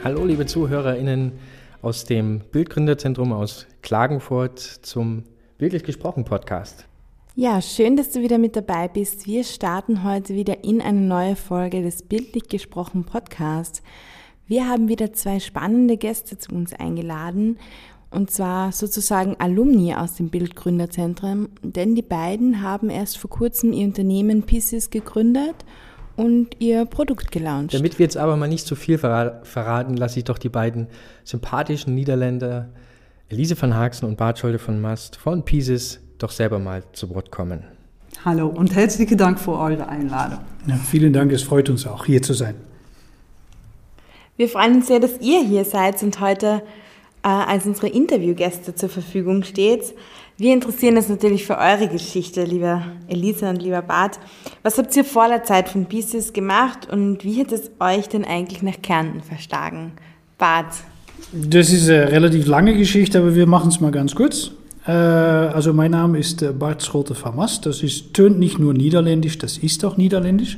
Hallo liebe ZuhörerInnen aus dem Bildgründerzentrum aus Klagenfurt zum Bildlich gesprochen Podcast. Ja, schön, dass du wieder mit dabei bist. Wir starten heute wieder in eine neue Folge des Bildlich gesprochen Podcasts. Wir haben wieder 2 spannende Gäste zu uns eingeladen, und zwar sozusagen Alumni aus dem Bildgründerzentrum, denn die beiden haben erst vor kurzem ihr Unternehmen Pieces gegründet und ihr Produkt gelauncht. Damit wir jetzt aber mal nicht zu viel verraten, lasse ich doch die beiden sympathischen Niederländer Elise van Haaksen und Bartscholde von Mast von Pieces doch selber mal zu Wort kommen. Hallo und herzlichen Dank für eure Einladung. Ja, vielen Dank, es freut uns auch, hier zu sein. Wir freuen uns sehr, dass ihr hier seid und heute als unsere Interviewgäste zur Verfügung steht. Wir interessieren uns natürlich für eure Geschichte, lieber Elisa und lieber Bart. Was habt ihr vor der Zeit von Pieces gemacht und wie hat es euch denn eigentlich nach Kärnten verschlagen? Bart? Das ist eine relativ lange Geschichte, aber wir machen es mal ganz kurz. Also mein Name ist Bart Scholte van Mast. Das tönt nicht nur niederländisch, das ist auch niederländisch.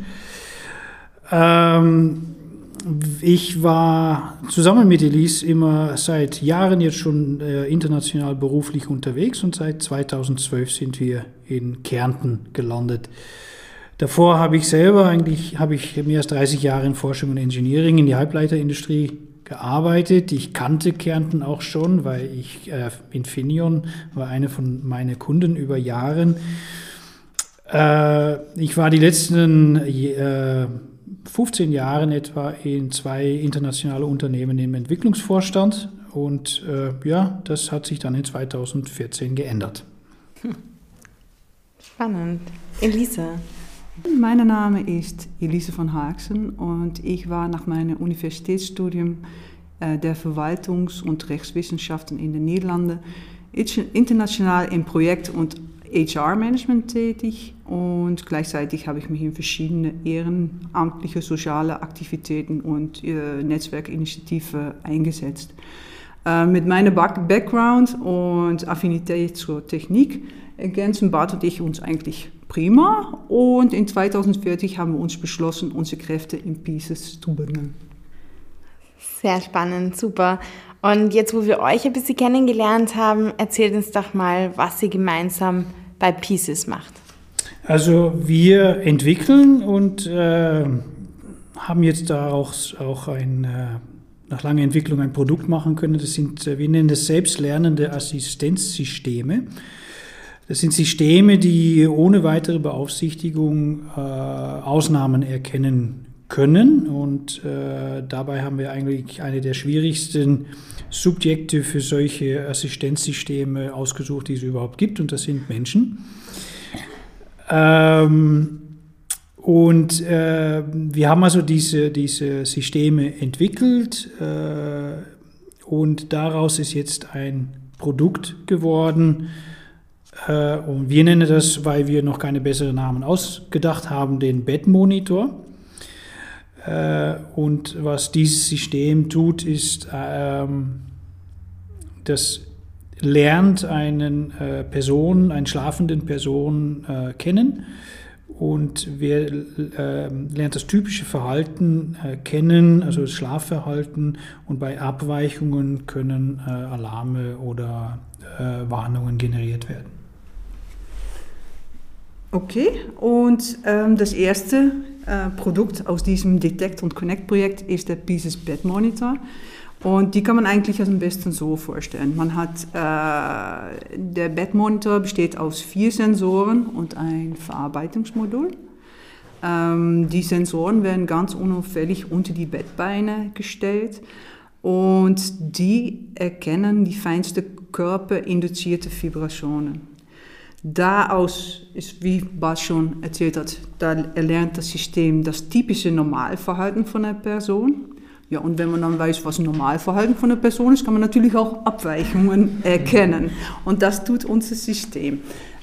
Ich war zusammen mit Elise immer seit Jahren jetzt schon international beruflich unterwegs und seit 2012 sind wir in Kärnten gelandet. Davor habe ich mehr als 30 Jahre in Forschung und Engineering in die Halbleiterindustrie gearbeitet. Ich kannte Kärnten auch schon, weil Infineon war eine von meinen Kunden über Jahren. Ich war die letzten 15 Jahren etwa in 2 internationale Unternehmen im Entwicklungsvorstand und das hat sich dann in 2014 geändert. Spannend. Elisa? Mein Name ist Elise van Haaksen und ich war nach meinem Universitätsstudium der Verwaltungs- und Rechtswissenschaften in den Niederlanden international im Projekt- und HR-Management tätig und gleichzeitig habe ich mich in verschiedene ehrenamtliche soziale Aktivitäten und Netzwerkinitiativen eingesetzt. Mit meinem Background und Affinität zur Technik ergänzen Bart und ich uns eigentlich prima und in 2040 haben wir uns beschlossen, unsere Kräfte in Pieces zu bündeln. Sehr spannend, super. Und jetzt, wo wir euch ein bisschen kennengelernt haben, erzählt uns doch mal, was ihr gemeinsam bei Pieces macht. Also wir entwickeln und haben jetzt daraus auch nach langer Entwicklung ein Produkt machen können. Das sind, wir nennen das selbstlernende Assistenzsysteme. Das sind Systeme, die ohne weitere Beaufsichtigung Ausnahmen erkennen können. Und dabei haben wir eigentlich eine der schwierigsten Subjekte für solche Assistenzsysteme ausgesucht, die es überhaupt gibt. Und das sind Menschen. Wir haben also diese Systeme entwickelt und daraus ist jetzt ein Produkt geworden. Und wir nennen das, weil wir noch keine besseren Namen ausgedacht haben, den Bettmonitor. Und was dieses System tut, ist, das lernt eine schlafenden Person kennen und lernt das typische Verhalten kennen, also das Schlafverhalten, und bei Abweichungen können Alarme oder Warnungen generiert werden. Okay, und das erste Produkt aus diesem Detect und Connect Projekt ist der Pieces Bettmonitor. Und die kann man eigentlich am besten so vorstellen. Der Bettmonitor besteht aus 4 Sensoren und ein Verarbeitungsmodul. Die Sensoren werden ganz unauffällig unter die Bettbeine gestellt und die erkennen die feinste körperinduzierte Vibrationen. Daraus ist, wie Bas schon erzählt hat, da erlernt das System das typische Normalverhalten von einer Person. Ja, und wenn man dann weiß, was ein Normalverhalten von einer Person ist, kann man natürlich auch Abweichungen erkennen. Und das tut unser System.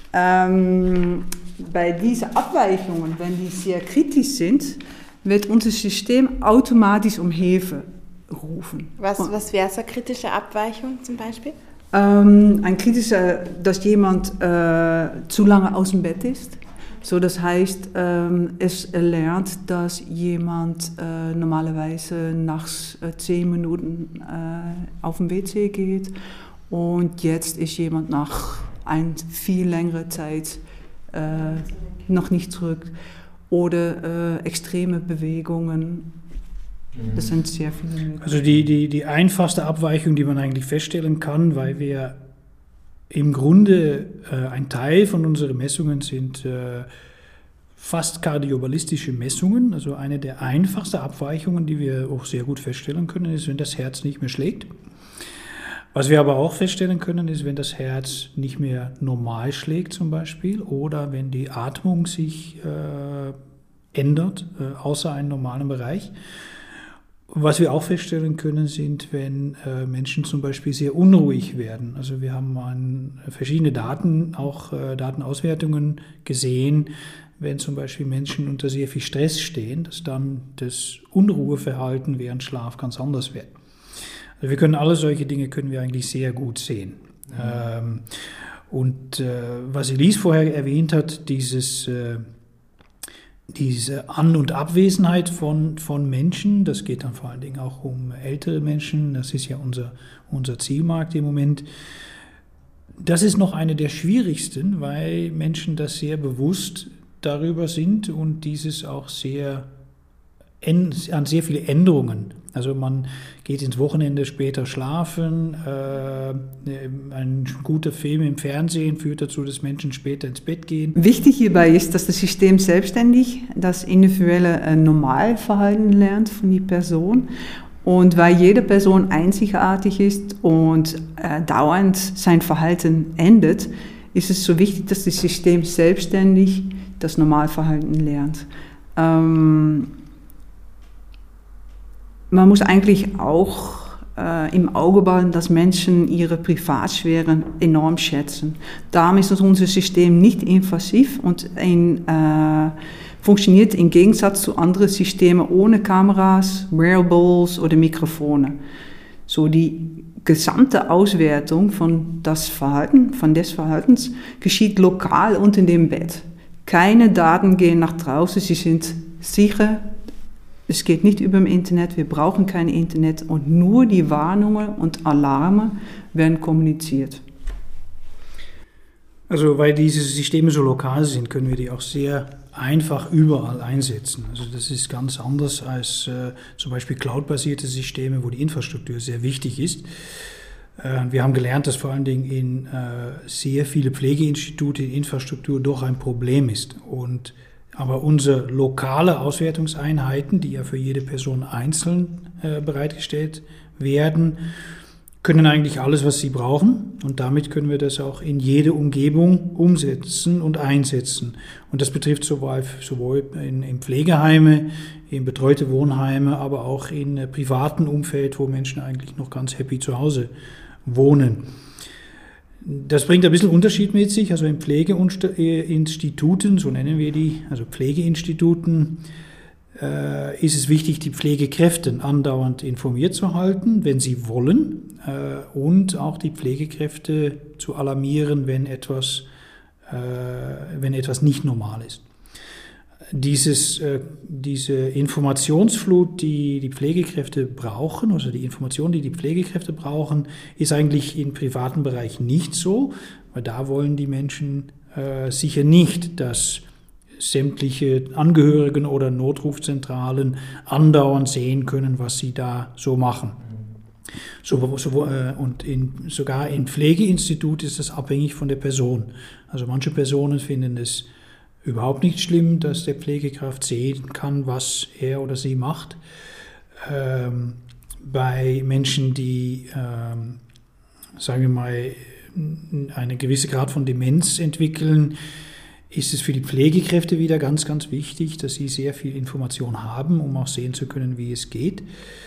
Bei diesen Abweichungen, wenn die sehr kritisch sind, wird unser System automatisch um Hilfe rufen. Was wäre so eine kritische Abweichung zum Beispiel? Ein kritischer, dass jemand zu lange aus dem Bett ist, So, das heißt, es erlernt, dass jemand normalerweise nach 10 Minuten auf den WC geht und jetzt ist jemand nach einer viel längeren Zeit noch nicht zurück. Oder extreme Bewegungen. Das sind sehr viele. Also die einfachste Abweichung, die man eigentlich feststellen kann, weil wir im Grunde ein Teil von unseren Messungen sind fast kardioballistische Messungen. Also eine der einfachsten Abweichungen, die wir auch sehr gut feststellen können, ist, wenn das Herz nicht mehr schlägt. Was wir aber auch feststellen können, ist, wenn das Herz nicht mehr normal schlägt zum Beispiel oder wenn die Atmung sich ändert, außer einem normalen Bereich. Was wir auch feststellen können, sind, wenn Menschen zum Beispiel sehr unruhig werden. Also wir haben verschiedene Daten, auch Datenauswertungen gesehen, wenn zum Beispiel Menschen unter sehr viel Stress stehen, dass dann das Unruheverhalten während Schlaf ganz anders wird. Also wir können alle solche Dinge können wir eigentlich sehr gut sehen. Was Elise vorher erwähnt hat, diese An- und Abwesenheit von Menschen, das geht dann vor allen Dingen auch um ältere Menschen, das ist ja unser Zielmarkt im Moment. Das ist noch eine der schwierigsten, weil Menschen das sehr bewusst darüber sind und dieses auch an sehr viele Änderungen. Also man geht ins Wochenende später schlafen, ein guter Film im Fernsehen führt dazu, dass Menschen später ins Bett gehen. Wichtig hierbei ist, dass das System selbstständig das individuelle Normalverhalten lernt von der Person. Und weil jede Person einzigartig ist und dauernd sein Verhalten ändert, ist es so wichtig, dass das System selbstständig das Normalverhalten lernt. Man muss eigentlich auch im Auge behalten, dass Menschen ihre Privatsphäre enorm schätzen. Darum ist unser System nicht invasiv und funktioniert im Gegensatz zu anderen Systemen ohne Kameras, Wearables oder Mikrofone. So die gesamte Auswertung von des Verhaltens geschieht lokal unter dem Bett. Keine Daten gehen nach draußen, sie sind sicher. Es geht nicht über das Internet, wir brauchen kein Internet und nur die Warnungen und Alarme werden kommuniziert. Also weil diese Systeme so lokal sind, können wir die auch sehr einfach überall einsetzen. Also das ist ganz anders als zum Beispiel cloud-basierte Systeme, wo die Infrastruktur sehr wichtig ist. Wir haben gelernt, dass vor allen Dingen in sehr viele Pflegeinstitute die Infrastruktur doch ein Problem ist. Aber unsere lokale Auswertungseinheiten, die ja für jede Person einzeln bereitgestellt werden, können eigentlich alles, was sie brauchen. Und damit können wir das auch in jede Umgebung umsetzen und einsetzen. Und das betrifft sowohl in Pflegeheime, in betreute Wohnheime, aber auch in privaten Umfeld, wo Menschen eigentlich noch ganz happy zu Hause wohnen. Das bringt ein bisschen Unterschied mit sich. Also in Pflegeinstituten, so nennen wir die, also Pflegeinstituten, ist es wichtig, die Pflegekräfte andauernd informiert zu halten, wenn sie wollen, und auch die Pflegekräfte zu alarmieren, wenn etwas nicht normal ist. Diese Informationsflut, die die Pflegekräfte brauchen, also die Information, die die Pflegekräfte brauchen, ist eigentlich im privaten Bereich nicht so, weil da wollen die Menschen sicher nicht, dass sämtliche Angehörigen oder Notrufzentralen andauernd sehen können, was sie da so machen. Und sogar in Pflegeinstitut ist das abhängig von der Person. Also manche Personen finden es überhaupt nicht schlimm, dass der Pflegekraft sehen kann, was er oder sie macht. Bei Menschen, die, sagen wir mal, einen gewissen Grad von Demenz entwickeln, ist es für die Pflegekräfte wieder ganz, ganz wichtig, dass sie sehr viel Information haben, um auch sehen zu können, wie es geht.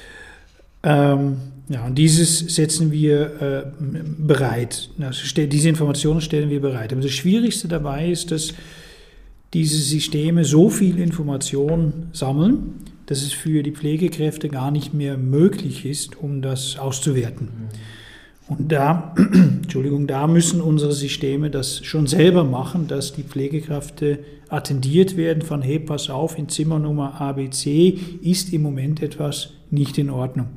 Und dieses setzen wir bereit. Also diese Informationen stellen wir bereit. Aber das Schwierigste dabei ist, dass diese Systeme so viel Information sammeln, dass es für die Pflegekräfte gar nicht mehr möglich ist, um das auszuwerten. Und da müssen unsere Systeme das schon selber machen, dass die Pflegekräfte attendiert werden von, hey, pass auf, in Zimmernummer ABC ist im Moment etwas nicht in Ordnung.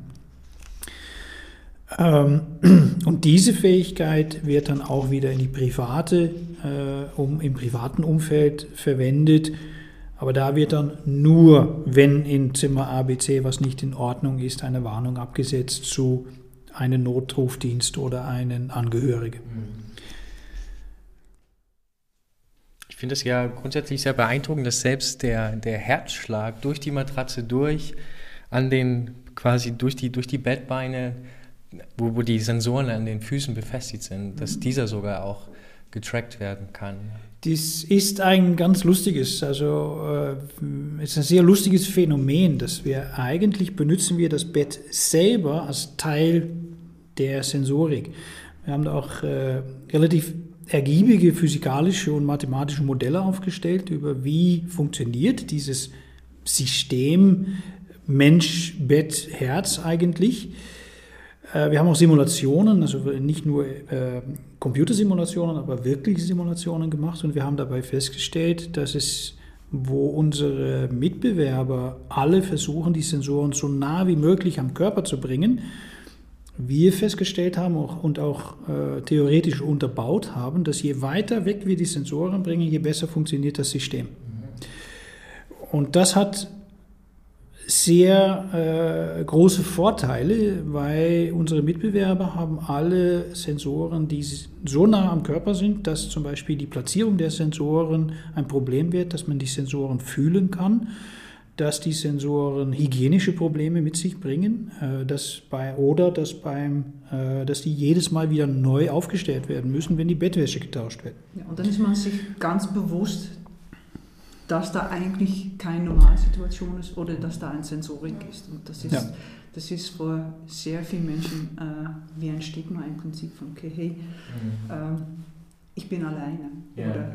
Und diese Fähigkeit wird dann auch wieder in die im privaten Umfeld verwendet. Aber da wird dann nur, wenn in Zimmer ABC was nicht in Ordnung ist, eine Warnung abgesetzt zu einem Notrufdienst oder einen Angehörigen. Ich finde es ja grundsätzlich sehr beeindruckend, dass selbst der Herzschlag durch die Matratze durch die Bettbeine, wo die Sensoren an den Füßen befestigt sind, dass dieser sogar auch getrackt werden kann. Das ist ein ganz lustiges, es ist ein sehr lustiges Phänomen, dass benutzen wir das Bett selber als Teil der Sensorik. Wir haben da auch relativ ergiebige physikalische und mathematische Modelle aufgestellt, über wie funktioniert dieses System Mensch, Bett, Herz eigentlich. Wir haben auch Simulationen, also nicht nur Computersimulationen, aber wirkliche Simulationen gemacht und wir haben dabei festgestellt, dass wo unsere Mitbewerber alle versuchen, die Sensoren so nah wie möglich am Körper zu bringen, wir festgestellt haben und auch theoretisch unterbaut haben, dass je weiter weg wir die Sensoren bringen, je besser funktioniert das System. Und das hat sehr große Vorteile, weil unsere Mitbewerber haben alle Sensoren, die so nah am Körper sind, dass zum Beispiel die Platzierung der Sensoren ein Problem wird, dass man die Sensoren fühlen kann, dass die Sensoren hygienische Probleme mit sich bringen, dass die jedes Mal wieder neu aufgestellt werden müssen, wenn die Bettwäsche getauscht wird. Ja, und dann ist man sich ganz bewusst, dass da eigentlich keine Normalsituation ist oder dass da ein Sensorik ist. Und das ist für sehr viele Menschen wie ein Stigma im Prinzip von, okay, hey, ich bin alleine oder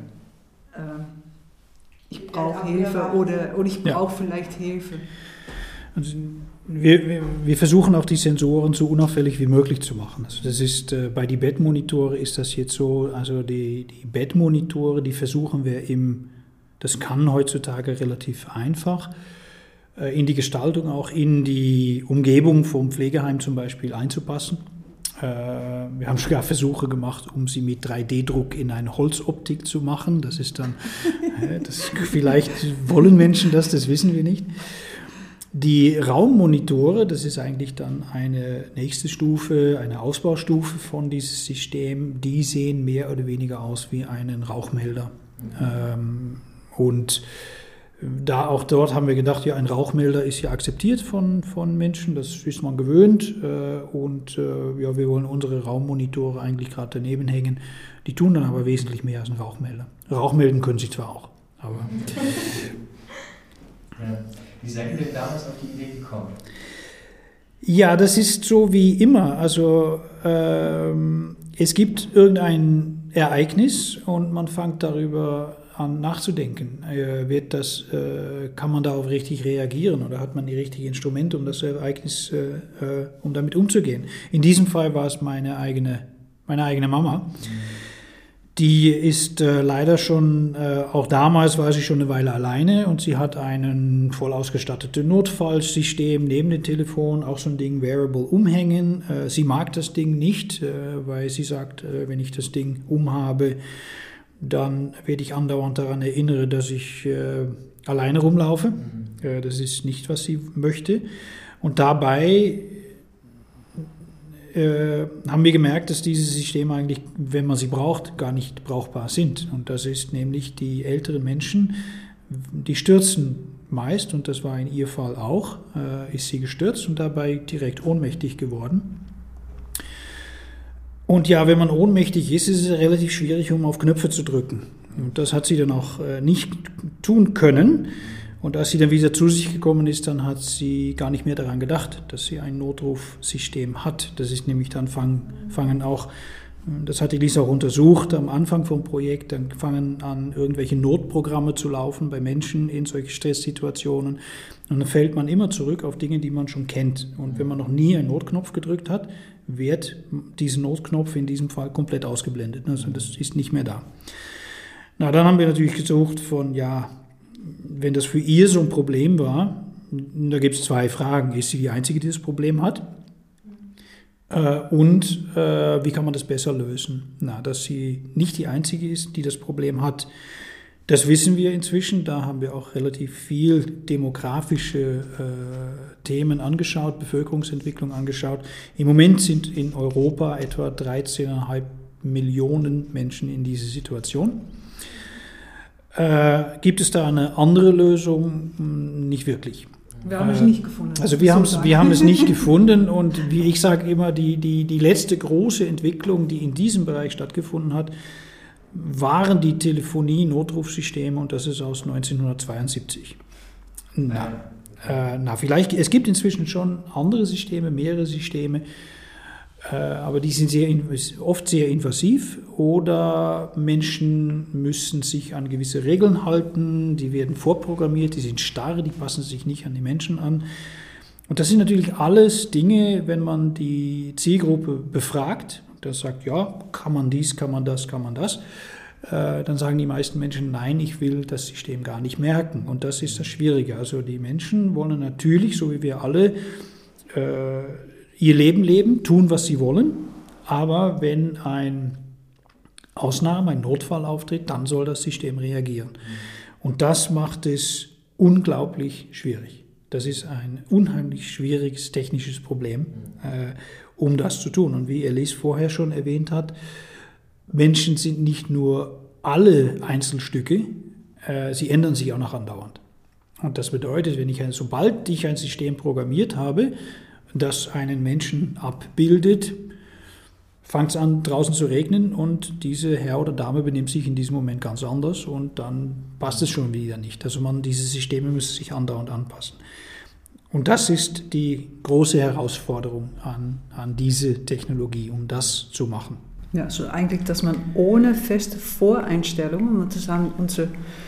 ich brauche Hilfe oder ich brauche vielleicht Hilfe. Also wir versuchen auch die Sensoren so unauffällig wie möglich zu machen. Also das ist bei die Bettmonitore ist das jetzt so, also die Bettmonitore, die versuchen wir das kann heutzutage relativ einfach, in die Gestaltung, auch in die Umgebung vom Pflegeheim zum Beispiel einzupassen. Wir haben sogar Versuche gemacht, um sie mit 3D-Druck in eine Holzoptik zu machen. Das ist dann, vielleicht wollen Menschen das wissen wir nicht. Die Raummonitore, das ist eigentlich dann eine nächste Stufe, eine Ausbaustufe von diesem System, die sehen mehr oder weniger aus wie einen Rauchmelder. Und auch dort haben wir gedacht, ja, ein Rauchmelder ist ja akzeptiert von Menschen, das ist man gewöhnt. Wir wollen unsere Raummonitore eigentlich gerade daneben hängen. Die tun dann aber wesentlich mehr als ein Rauchmelder. Rauchmelden können sie zwar auch, aber... Ja. Wie seid ihr denn damals auf die Idee gekommen? Ja, das ist so wie immer. Also es gibt irgendein Ereignis und man fängt darüber an nachzudenken. Kann man darauf richtig reagieren oder hat man die richtigen Instrumente, um das Ereignis, um damit umzugehen? In diesem Fall war es meine eigene Mama. Die ist leider schon, auch damals war sie schon eine Weile alleine und sie hat ein voll ausgestattetes Notfallsystem neben dem Telefon, auch so ein Ding Wearable umhängen. Sie mag das Ding nicht, weil sie sagt, wenn ich das Ding umhabe, dann werde ich andauernd daran erinnern, dass ich alleine rumlaufe. Das ist nicht, was sie möchte. Und dabei haben wir gemerkt, dass diese Systeme eigentlich, wenn man sie braucht, gar nicht brauchbar sind. Und das ist nämlich die älteren Menschen, die stürzen meist, und das war in ihr Fall auch, ist sie gestürzt und dabei direkt ohnmächtig geworden. Und ja, wenn man ohnmächtig ist es relativ schwierig, um auf Knöpfe zu drücken. Und das hat sie dann auch nicht tun können. Und als sie dann wieder zu sich gekommen ist, dann hat sie gar nicht mehr daran gedacht, dass sie ein Notrufsystem hat. Das ist nämlich dann fangen auch Das hat Elisa auch untersucht am Anfang vom Projekt. Dann fangen an, irgendwelche Notprogramme zu laufen bei Menschen in solchen Stresssituationen. Und dann fällt man immer zurück auf Dinge, die man schon kennt. Und wenn man noch nie einen Notknopf gedrückt hat, wird dieser Notknopf in diesem Fall komplett ausgeblendet. Also das ist nicht mehr da. Na, dann haben wir natürlich gesucht von, ja, wenn das für ihr so ein Problem war, da gibt es 2 Fragen. Ist sie die Einzige, die das Problem hat? Und wie kann man das besser lösen? Na, dass sie nicht die Einzige ist, die das Problem hat, das wissen wir inzwischen. Da haben wir auch relativ viel demografische Themen angeschaut, Bevölkerungsentwicklung angeschaut. Im Moment sind in Europa etwa 13,5 Millionen Menschen in dieser Situation. Gibt es da eine andere Lösung? Nicht wirklich. Wir haben es nicht gefunden. Also wir haben es nicht gefunden und wie ich sage immer, die letzte große Entwicklung, die in diesem Bereich stattgefunden hat, waren die Telefonie-Notrufsysteme und das ist aus 1972. Vielleicht, es gibt inzwischen schon andere Systeme, mehrere Systeme, aber die sind oft sehr invasiv oder Menschen müssen sich an gewisse Regeln halten, die werden vorprogrammiert, die sind starr, die passen sich nicht an die Menschen an. Und das sind natürlich alles Dinge, wenn man die Zielgruppe befragt, das sagt, ja, kann man dies, kann man das, dann sagen die meisten Menschen, nein, ich will das System gar nicht merken. Und das ist das Schwierige. Also die Menschen wollen natürlich, so wie wir alle, ihr Leben leben, tun, was sie wollen, aber wenn ein Notfall auftritt, dann soll das System reagieren. Und das macht es unglaublich schwierig. Das ist ein unheimlich schwieriges technisches Problem, um das zu tun. Und wie Elise vorher schon erwähnt hat, Menschen sind nicht nur alle Einzelstücke, sie ändern sich auch noch andauernd. Und das bedeutet, sobald ich ein System programmiert habe, das einen Menschen abbildet, fängt es an, draußen zu regnen und diese Herr oder Dame benimmt sich in diesem Moment ganz anders und dann passt es schon wieder nicht. Also diese Systeme müssen sich andauernd anpassen. Und das ist die große Herausforderung an diese Technologie, um das zu machen. Ja, also eigentlich, dass man ohne feste Voreinstellungen, und das haben unsere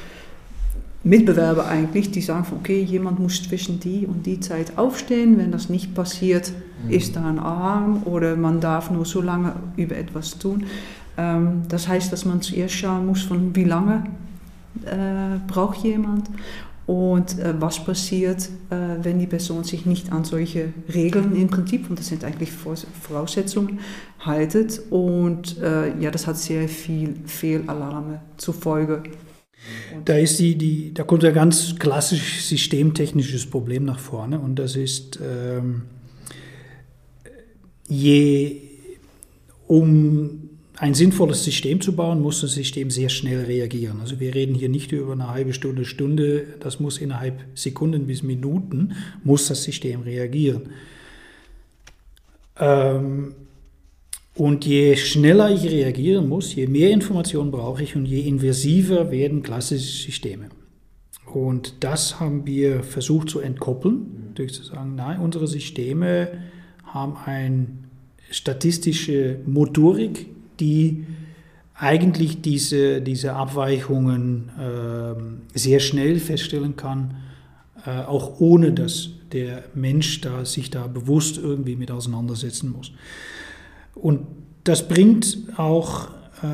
Mitbewerber eigentlich, die sagen von, okay, jemand muss zwischen die und die Zeit aufstehen, wenn das nicht passiert, ist da ein Alarm oder man darf nur so lange über etwas tun. Das heißt, dass man zuerst schauen muss, von wie lange braucht jemand und was passiert, wenn die Person sich nicht an solche Regeln im Prinzip, und das sind eigentlich Voraussetzungen, haltet und das hat sehr viel Fehlalarme zur Folge. Da kommt ein ganz klassisches systemtechnisches Problem nach vorne und das ist, um ein sinnvolles System zu bauen, muss das System sehr schnell reagieren. Also wir reden hier nicht über eine halbe Stunde, das muss innerhalb Sekunden bis Minuten, muss das System reagieren. Und je schneller ich reagieren muss, je mehr Informationen brauche ich und je invasiver werden klassische Systeme. Und das haben wir versucht zu entkoppeln, durch zu sagen, nein, unsere Systeme haben eine statistische Motorik, die eigentlich diese Abweichungen sehr schnell feststellen kann, auch ohne dass der Mensch sich da bewusst irgendwie mit auseinandersetzen muss. Und das bringt auch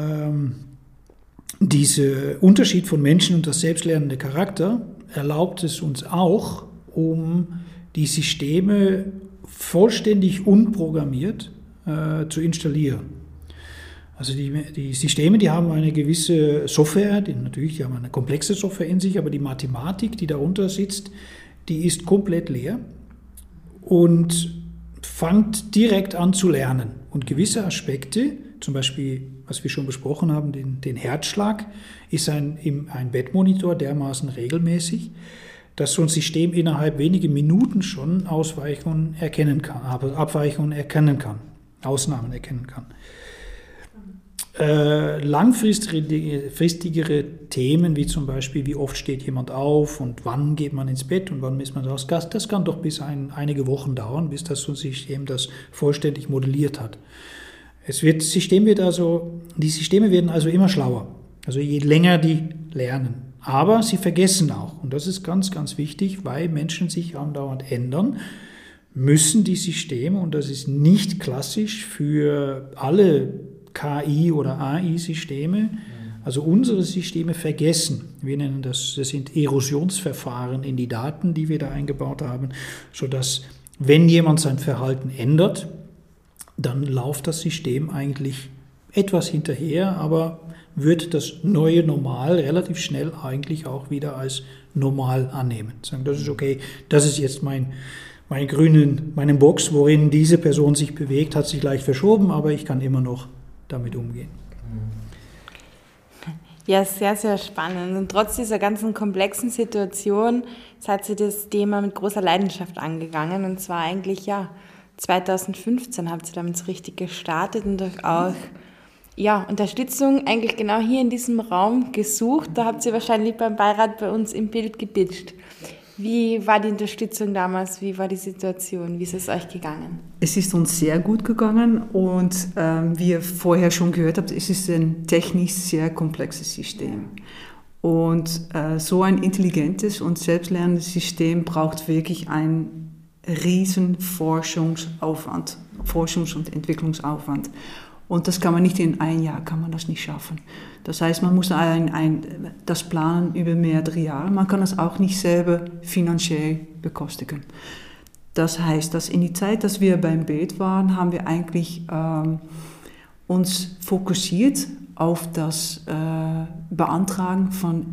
dieser Unterschied von Menschen und das selbstlernende Charakter, erlaubt es uns auch, um die Systeme vollständig unprogrammiert zu installieren. Also die Systeme, die haben eine gewisse Software, die haben eine komplexe Software in sich, aber die Mathematik, die darunter sitzt, die ist komplett leer und fängt direkt an zu lernen. Und gewisse Aspekte, zum Beispiel, was wir schon besprochen haben, den Herzschlag, ist ein Bettmonitor dermaßen regelmäßig, dass so ein System innerhalb weniger Minuten schon Ausweichungen erkennen kann, Abweichungen erkennen kann, Ausnahmen erkennen kann. Langfristigere Themen, wie zum Beispiel, wie oft steht jemand auf und wann geht man ins Bett und wann ist man raus, das kann doch bis einige Wochen dauern, bis das so ein System das vollständig modelliert hat. Die Systeme werden also immer schlauer, also je länger die lernen. Aber sie vergessen auch, und das ist ganz, ganz wichtig, weil Menschen sich andauernd ändern, müssen die Systeme, und das ist nicht klassisch für alle KI- oder AI-Systeme, also unsere Systeme vergessen. Wir nennen das sind Erosionsverfahren in die Daten, die wir da eingebaut haben, sodass, wenn jemand sein Verhalten ändert, dann läuft das System eigentlich etwas hinterher, aber wird das neue Normal relativ schnell eigentlich auch wieder als normal annehmen. Sagen, das ist okay, das ist jetzt meine Box, worin diese Person sich bewegt, hat sich leicht verschoben, aber ich kann immer noch damit umgehen. Ja, sehr, sehr spannend. Und trotz dieser ganzen komplexen Situation seid ihr das Thema mit großer Leidenschaft angegangen. Und zwar eigentlich, 2015 habt ihr damit so richtig gestartet und euch auch Unterstützung eigentlich genau hier in diesem Raum gesucht. Da habt ihr wahrscheinlich beim Beirat bei uns im Bild gepitcht. Wie war die Unterstützung damals? Wie war die Situation? Wie ist es euch gegangen? Es ist uns sehr gut gegangen und wie ihr vorher schon gehört habt, es ist ein technisch sehr komplexes System. Und so ein intelligentes und selbstlernendes System braucht wirklich einen riesen Forschungs- und Entwicklungsaufwand. Und das kann man nicht in ein Jahr, kann man das nicht schaffen. Das heißt, man muss das planen über mehrere Jahre. Man kann das auch nicht selber finanziell bekostigen. Das heißt, dass in die Zeit, dass wir beim Bild waren, haben wir eigentlich uns fokussiert auf das Beantragen von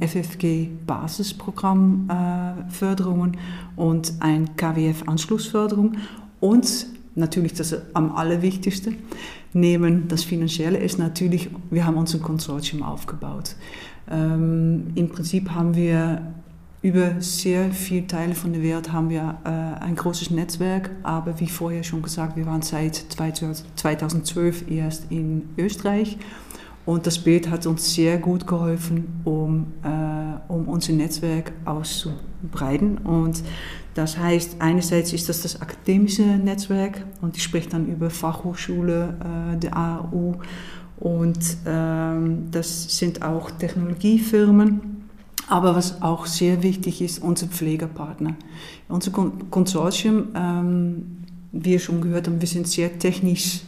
FFG-Basisprogrammförderungen und ein KWF-Anschlussförderung und natürlich das am allerwichtigste, neben das Finanzielle ist natürlich, wir haben uns ein Konsortium aufgebaut. Im Prinzip haben wir über sehr viele Teile von der Welt haben wir ein großes Netzwerk, aber wie vorher schon gesagt, wir waren seit 2012 erst in Österreich und das Bild hat uns sehr gut geholfen, um unser Netzwerk auszubreiten. Und das heißt, einerseits ist das akademische Netzwerk und die spricht dann über Fachhochschule, der AU und das sind auch Technologiefirmen. Aber was auch sehr wichtig ist, unsere Pflegepartner. Unser Konsortium, wie ihr schon gehört haben, wir sind sehr technisch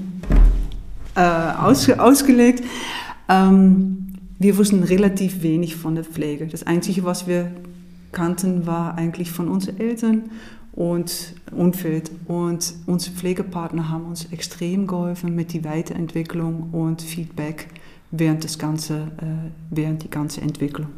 ausgelegt. Wir wussten relativ wenig von der Pflege. Das Einzige, was wir kannten, war eigentlich von unseren Eltern und Umfeld. Und unsere Pflegepartner haben uns extrem geholfen mit der Weiterentwicklung und Feedback während die ganze Entwicklung.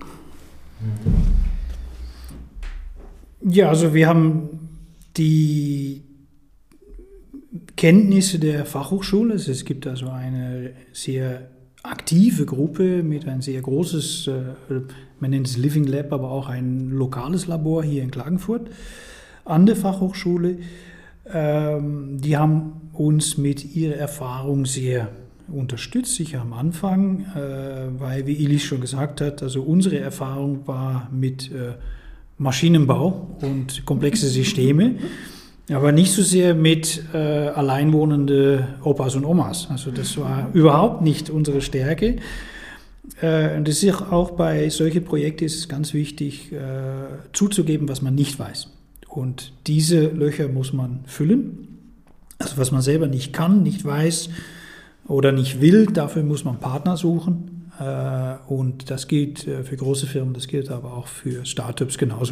Ja, also wir haben die Kenntnisse der Fachhochschule. Es gibt also eine sehr aktive Gruppe mit ein sehr großes, man nennt es Living Lab, aber auch ein lokales Labor hier in Klagenfurt an der Fachhochschule. Die haben uns mit ihrer Erfahrung sehr unterstützt, sicher am Anfang, weil, wie Elis schon gesagt hat, also unsere Erfahrung war mit Maschinenbau und komplexe Systeme, aber nicht so sehr mit alleinwohnende Opas und Omas. Also das war überhaupt nicht unsere Stärke. Und das ist auch bei solchen Projekten ist es ganz wichtig, zuzugeben, was man nicht weiß. Und diese Löcher muss man füllen. Also was man selber nicht kann, nicht weiß, oder nicht will, dafür muss man Partner suchen. Und das gilt für große Firmen, das gilt aber auch für Startups genauso.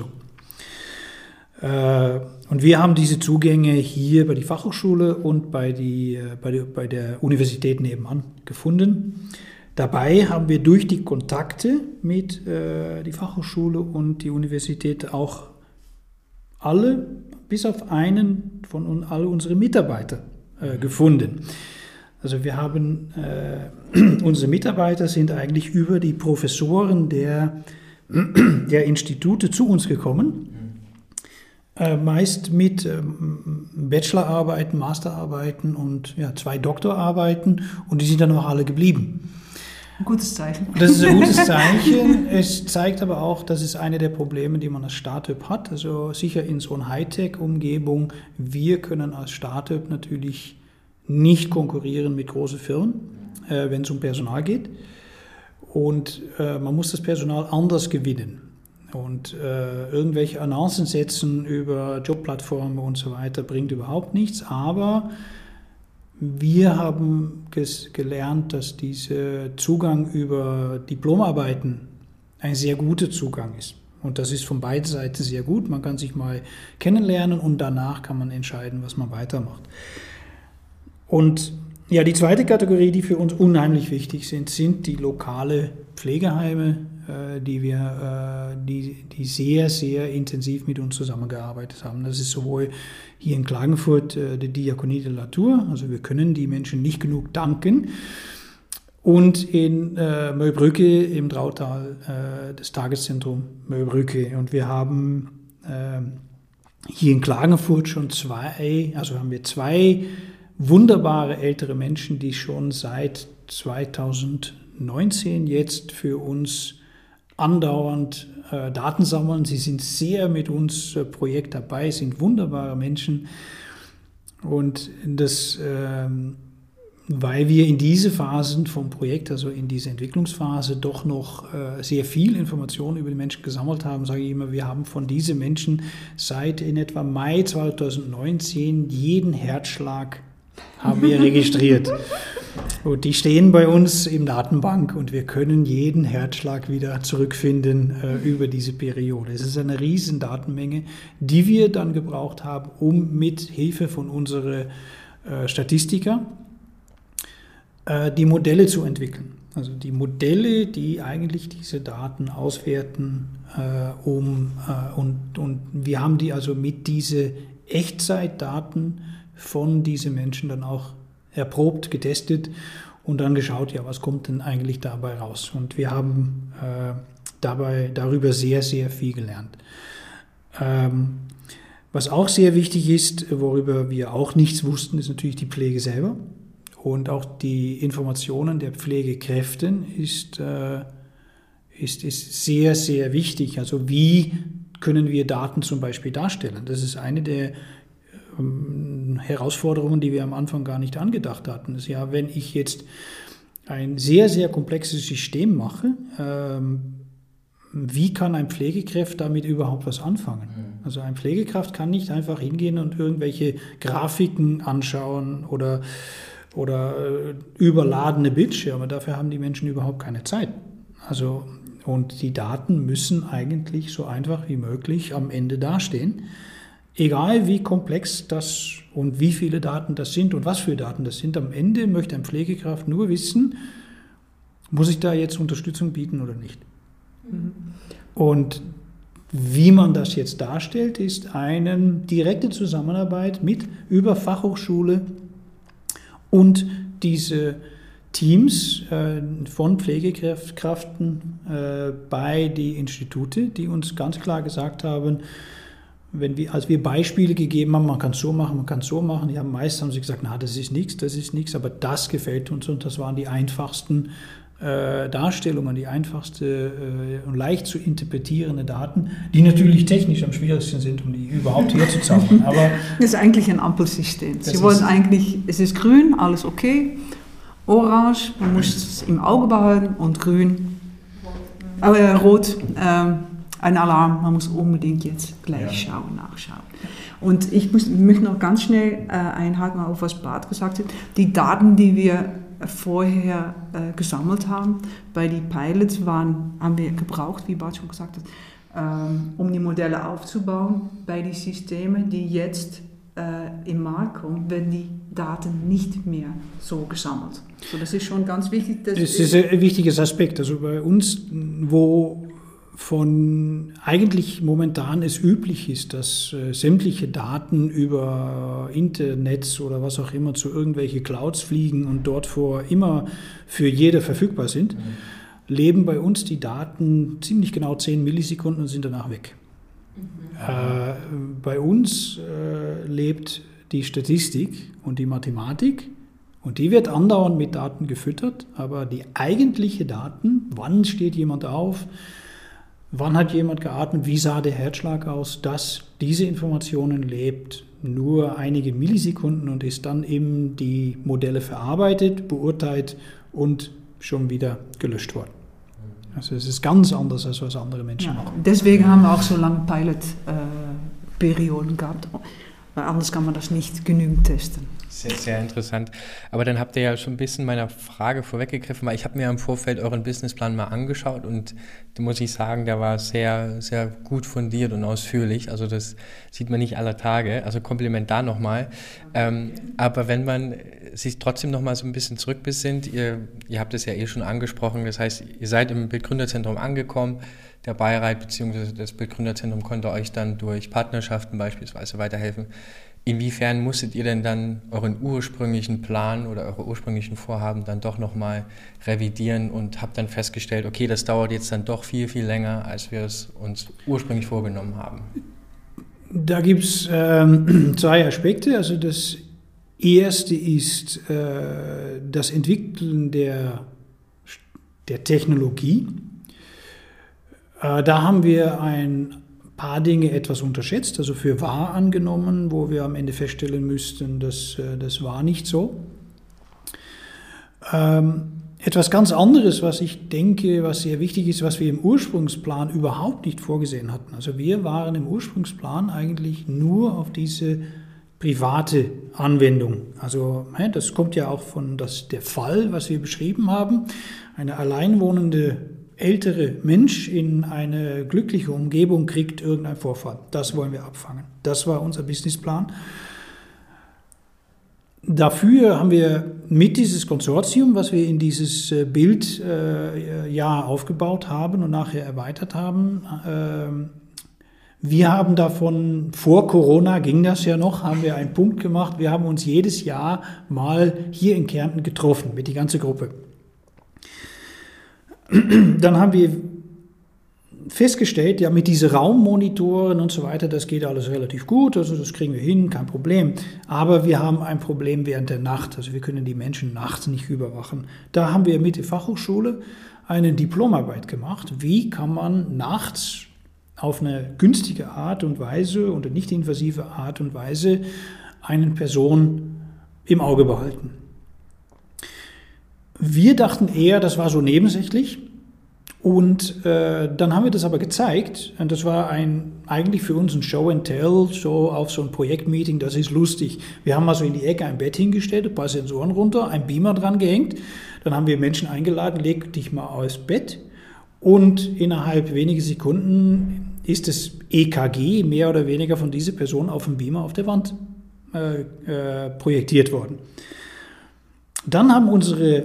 Und wir haben diese Zugänge hier bei der Fachhochschule und bei der Universität nebenan gefunden. Dabei haben wir durch die Kontakte mit der Fachhochschule und die Universität auch alle, bis auf einen von alle unsere Mitarbeiter gefunden. Also wir haben, unsere Mitarbeiter sind eigentlich über die Professoren der Institute zu uns gekommen, meist mit Bachelorarbeiten, Masterarbeiten und 2 Doktorarbeiten und die sind dann auch alle geblieben. Ein gutes Zeichen. Das ist ein gutes Zeichen. Es zeigt aber auch, dass es eine der Probleme, die man als Startup hat, also sicher in so einer Hightech-Umgebung, wir können als Startup natürlich nicht konkurrieren mit großen Firmen, wenn es um Personal geht. Und man muss das Personal anders gewinnen. Und irgendwelche Annoncen setzen über Jobplattformen und so weiter bringt überhaupt nichts. Aber wir haben gelernt, dass dieser Zugang über Diplomarbeiten ein sehr guter Zugang ist. Und das ist von beiden Seiten sehr gut. Man kann sich mal kennenlernen und danach kann man entscheiden, was man weitermacht. Und ja, die zweite Kategorie, die für uns unheimlich wichtig sind die lokale Pflegeheime, die sehr, sehr intensiv mit uns zusammengearbeitet haben. Das ist sowohl hier in Klagenfurt die Diakonie de la Tour, also wir können die Menschen nicht genug danken, und in Möllbrücke im Drautal, das Tageszentrum Möllbrücke. Und wir haben hier in Klagenfurt schon haben wir zwei wunderbare ältere Menschen, die schon seit 2019 jetzt für uns andauernd Daten sammeln. Sie sind sehr mit uns Projekt dabei, sind wunderbare Menschen. Und das, weil wir in diese Phasen vom Projekt, also in diese Entwicklungsphase, doch noch sehr viel Informationen über die Menschen gesammelt haben, sage ich immer, wir haben von diesen Menschen seit in etwa Mai 2019 jeden Herzschlag haben wir registriert. Und die stehen bei uns im Datenbank und wir können jeden Herzschlag wieder zurückfinden über diese Periode. Es ist eine riesen Datenmenge, die wir dann gebraucht haben, um mit Hilfe von unseren Statistiker die Modelle zu entwickeln. Also die Modelle, die eigentlich diese Daten auswerten, und wir haben die also mit diesen Echtzeitdaten von diesen Menschen dann auch erprobt, getestet und dann geschaut, ja, was kommt denn eigentlich dabei raus? Und wir haben darüber sehr, sehr viel gelernt. Was auch sehr wichtig ist, worüber wir auch nichts wussten, ist natürlich die Pflege selber. Und auch die Informationen der Pflegekräften ist sehr, sehr wichtig. Also wie können wir Daten zum Beispiel darstellen? Das ist eine der Herausforderungen, die wir am Anfang gar nicht angedacht hatten. Das ist ja, wenn ich jetzt ein sehr, sehr komplexes System mache, wie kann ein Pflegekraft damit überhaupt was anfangen? Also ein Pflegekraft kann nicht einfach hingehen und irgendwelche Grafiken anschauen oder überladene Bildschirme. Dafür haben die Menschen überhaupt keine Zeit. Also, und die Daten müssen eigentlich so einfach wie möglich am Ende dastehen. Egal wie komplex das und wie viele Daten das sind und was für Daten das sind, am Ende möchte ein Pflegekraft nur wissen, muss ich da jetzt Unterstützung bieten oder nicht. Und wie man das jetzt darstellt, ist eine direkte Zusammenarbeit über Fachhochschule und diese Teams von Pflegekräften bei den Instituten, die uns ganz klar gesagt haben, als wir Beispiele gegeben haben, man kann es so machen, man kann es so machen, meist haben sie gesagt, das ist nichts, aber das gefällt uns und das waren die einfachsten Darstellungen, die einfachste und leicht zu interpretierende Daten, die natürlich technisch am schwierigsten sind, um die überhaupt herzuzaubern. Aber das ist eigentlich ein Ampelsystem. Sie wollen eigentlich, es ist grün, alles okay, orange, man muss es im Auge behalten und rot, ein Alarm, man muss unbedingt jetzt gleich nachschauen. Und ich möchte noch ganz schnell einhaken auf was Bart gesagt hat. Die Daten, die wir vorher gesammelt haben, bei den Pilots haben wir gebraucht, wie Bart schon gesagt hat, um die Modelle aufzubauen. Bei den Systemen, die jetzt im Markt kommen, werden die Daten nicht mehr so gesammelt. So, das ist schon ganz wichtig. Das ist ein wichtiges Aspekt. Also bei uns, wo eigentlich momentan es üblich ist, dass sämtliche Daten über Internet oder was auch immer zu irgendwelche Clouds fliegen und dort immer für jeder verfügbar sind, leben bei uns die Daten ziemlich genau 10 Millisekunden und sind danach weg. Bei uns lebt die Statistik und die Mathematik und die wird andauernd mit Daten gefüttert, aber die eigentlichen Daten, wann steht jemand auf, wann hat jemand geatmet, wie sah der Herzschlag aus, diese Informationen lebt nur einige Millisekunden und ist dann eben die Modelle verarbeitet, beurteilt und schon wieder gelöscht worden. Also es ist ganz anders, als was andere Menschen machen. Deswegen haben wir auch so lange Pilot-Perioden gehabt, weil anders kann man das nicht genügend testen. Sehr, sehr interessant. Aber dann habt ihr ja schon ein bisschen meiner Frage vorweggegriffen, weil ich habe mir im Vorfeld euren Businessplan mal angeschaut und da muss ich sagen, der war sehr, sehr gut fundiert und ausführlich. Also das sieht man nicht aller Tage. Also Kompliment da nochmal. Aber wenn man sich trotzdem nochmal so ein bisschen zurückbesinnt, ihr habt es ja schon angesprochen, das heißt, ihr seid im Bildgründerzentrum angekommen, der Beirat bzw. das Bildgründerzentrum konnte euch dann durch Partnerschaften beispielsweise weiterhelfen. Inwiefern musstet ihr denn dann euren ursprünglichen Plan oder eure ursprünglichen Vorhaben dann doch nochmal revidieren und habt dann festgestellt, okay, das dauert jetzt dann doch viel, viel länger, als wir es uns ursprünglich vorgenommen haben? Da gibt es 2 Aspekte. Also das erste ist das Entwickeln der Technologie. Da haben wir ein paar Dinge etwas unterschätzt, also für wahr angenommen, wo wir am Ende feststellen müssten, das war nicht so. Etwas ganz anderes, was ich denke, was sehr wichtig ist, was wir im Ursprungsplan überhaupt nicht vorgesehen hatten. Also wir waren im Ursprungsplan eigentlich nur auf diese private Anwendung. Also das kommt ja auch von der Fall, was wir beschrieben haben. Eine alleinwohnende ältere Mensch in eine glückliche Umgebung kriegt irgendeinen Vorfall. Das wollen wir abfangen. Das war unser Businessplan. Dafür haben wir mit dieses Konsortium, was wir in dieses Bildjahr aufgebaut haben und nachher erweitert haben, wir haben davon, vor Corona ging das ja noch, haben wir einen Punkt gemacht, wir haben uns jedes Jahr mal hier in Kärnten getroffen mit die ganze Gruppe. Dann haben wir festgestellt, ja, mit diesen Raummonitoren und so weiter, das geht alles relativ gut, also das kriegen wir hin, kein Problem. Aber wir haben ein Problem während der Nacht, also wir können die Menschen nachts nicht überwachen. Da haben wir mit der Fachhochschule eine Diplomarbeit gemacht, wie kann man nachts auf eine günstige Art und Weise und eine nicht invasive Art und Weise eine Person im Auge behalten. Wir dachten eher, das war so nebensächlich und dann haben wir das aber gezeigt und das war eigentlich für uns ein Show and Tell, so auf so ein Projektmeeting, das ist lustig. Wir haben also in die Ecke ein Bett hingestellt, ein paar Sensoren runter, ein Beamer dran gehängt, dann haben wir Menschen eingeladen, leg dich mal aufs Bett und innerhalb weniger Sekunden ist das EKG mehr oder weniger von dieser Person auf dem Beamer auf der Wand projektiert worden. Dann haben unsere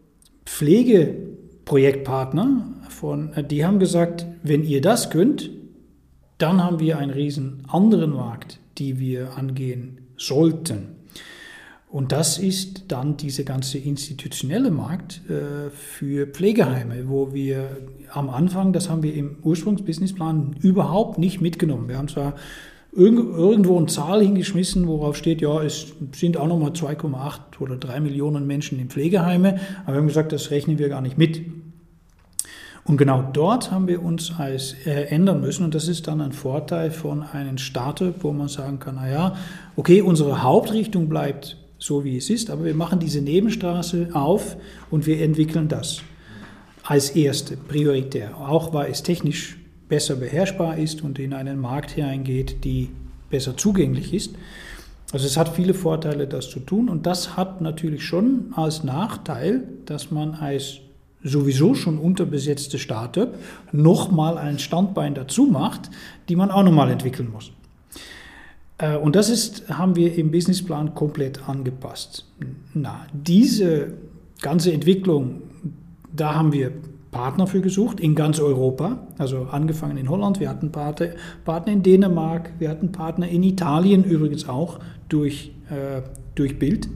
Pflegeprojektpartner, die haben gesagt, wenn ihr das könnt, dann haben wir einen riesen anderen Markt, die wir angehen sollten. Und das ist dann dieser ganze institutionelle Markt für Pflegeheime, wo wir am Anfang, das haben wir im Ursprungsbusinessplan überhaupt nicht mitgenommen. Wir haben zwar irgendwo eine Zahl hingeschmissen, worauf steht, ja, es sind auch nochmal 2,8 oder 3 Millionen Menschen in Pflegeheime, aber wir haben gesagt, das rechnen wir gar nicht mit. Und genau dort haben wir uns ändern müssen und das ist dann ein Vorteil von einem Startup, wo man sagen kann, naja, okay, unsere Hauptrichtung bleibt so wie es ist, aber wir machen diese Nebenstraße auf und wir entwickeln das als erste, prioritär, auch weil es technisch besser beherrschbar ist und in einen Markt hineingeht, die besser zugänglich ist. Also es hat viele Vorteile, das zu tun und das hat natürlich schon als Nachteil, dass man als sowieso schon unterbesetzte Startup nochmal ein Standbein dazu macht, die man auch nochmal entwickeln muss. Und das haben wir im Businessplan komplett angepasst. Diese ganze Entwicklung, da haben wir Partner für gesucht in ganz Europa, also angefangen in Holland, wir hatten Partner in Dänemark, wir hatten Partner in Italien übrigens auch durch Bild.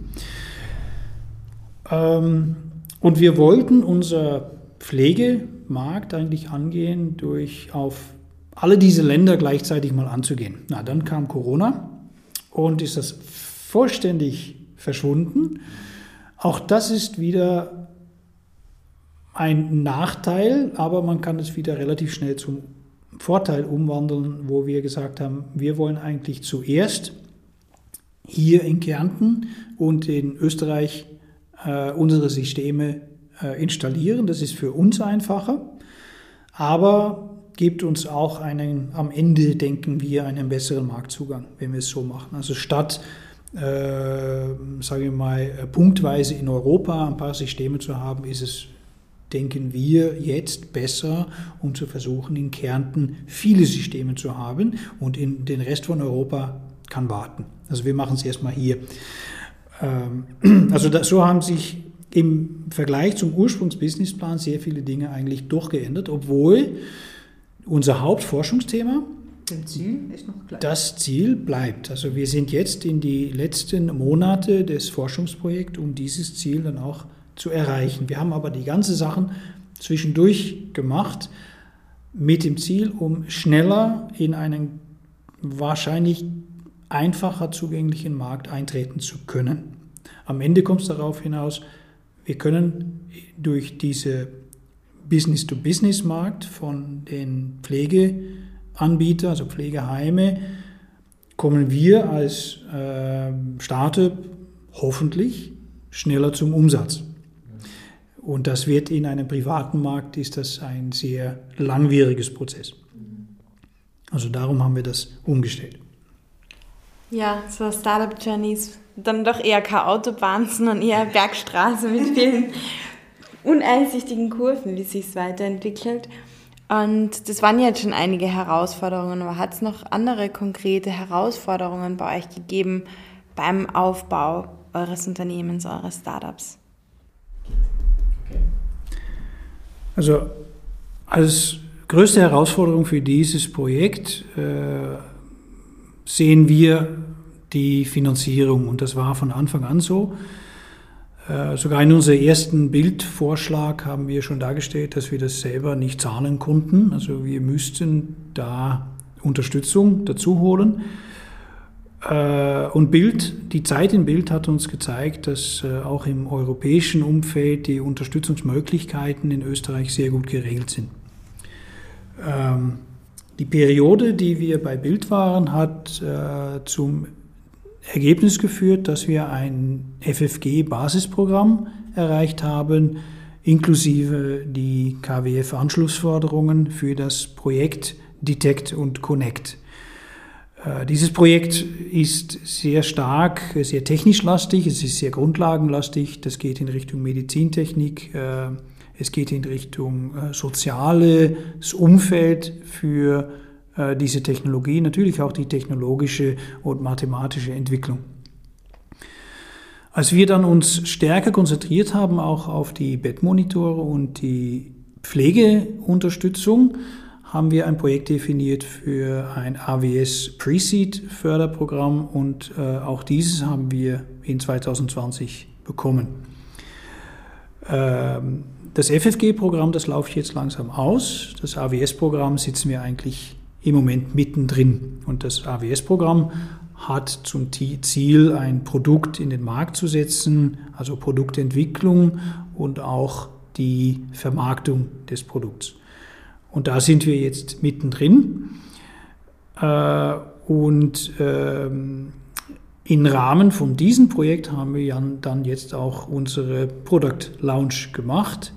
Und wir wollten unser Pflegemarkt eigentlich angehen, auf alle diese Länder gleichzeitig mal anzugehen. Dann kam Corona und ist das vollständig verschwunden. Auch das ist wieder ein Nachteil, aber man kann es wieder relativ schnell zum Vorteil umwandeln, wo wir gesagt haben, wir wollen eigentlich zuerst hier in Kärnten und in Österreich unsere Systeme installieren. Das ist für uns einfacher, aber gibt uns auch am Ende, denken wir, einen besseren Marktzugang, wenn wir es so machen. Also statt, sage ich mal, punktweise in Europa ein paar Systeme zu haben, ist es, denken wir, jetzt besser, um zu versuchen, in Kärnten viele Systeme zu haben und in den Rest von Europa kann warten. Also wir machen es erstmal hier. So haben sich im Vergleich zum Ursprungsbusinessplan sehr viele Dinge eigentlich durchgeändert, obwohl unser Hauptforschungsthema, das Ziel bleibt. Also wir sind jetzt in die letzten Monate des Forschungsprojekts, um dieses Ziel dann auch zu erreichen. Wir haben aber die ganzen Sachen zwischendurch gemacht mit dem Ziel, um schneller in einen wahrscheinlich einfacher zugänglichen Markt eintreten zu können. Am Ende kommt es darauf hinaus, wir können durch diese Business-to-Business-Markt von den Pflegeanbietern, also Pflegeheime, kommen wir als Startup hoffentlich schneller zum Umsatz. Und das wird in einem privaten Markt, ist das ein sehr langwieriges Prozess. Also darum haben wir das umgestellt. Ja, so Startup-Journeys, dann doch eher keine Autobahn, sondern eher Bergstraße mit vielen uneinsichtigen Kurven, wie sich es weiterentwickelt. Und das waren jetzt schon einige Herausforderungen, aber hat es noch andere konkrete Herausforderungen bei euch gegeben beim Aufbau eures Unternehmens, eures Startups? Also als größte Herausforderung für dieses Projekt sehen wir die Finanzierung und das war von Anfang an so. Sogar in unserem ersten Bildvorschlag haben wir schon dargestellt, dass wir das selber nicht zahlen konnten. Also wir müssten da Unterstützung dazu holen. Und die Zeit in Bild hat uns gezeigt, dass auch im europäischen Umfeld die Unterstützungsmöglichkeiten in Österreich sehr gut geregelt sind. Die Periode, die wir bei Bild waren, hat zum Ergebnis geführt, dass wir ein FFG-Basisprogramm erreicht haben, inklusive die KWF-Anschlussforderungen für das Projekt Detect und Connect. Dieses Projekt ist sehr stark, sehr technisch lastig, es ist sehr grundlagenlastig, das geht in Richtung Medizintechnik, es geht in Richtung soziales Umfeld für diese Technologie, natürlich auch die technologische und mathematische Entwicklung. Als wir dann uns stärker konzentriert haben, auch auf die Bettmonitore und die Pflegeunterstützung, haben wir ein Projekt definiert für ein AWS Pre-Seed-Förderprogramm und auch dieses haben wir in 2020 bekommen. Das FFG-Programm, das läuft jetzt langsam aus. Das AWS-Programm sitzen wir eigentlich im Moment mittendrin. Und das AWS-Programm hat zum Ziel, ein Produkt in den Markt zu setzen, also Produktentwicklung und auch die Vermarktung des Produkts. Und da sind wir jetzt mittendrin. Im Rahmen von diesem Projekt haben wir dann jetzt auch unsere Product Launch gemacht,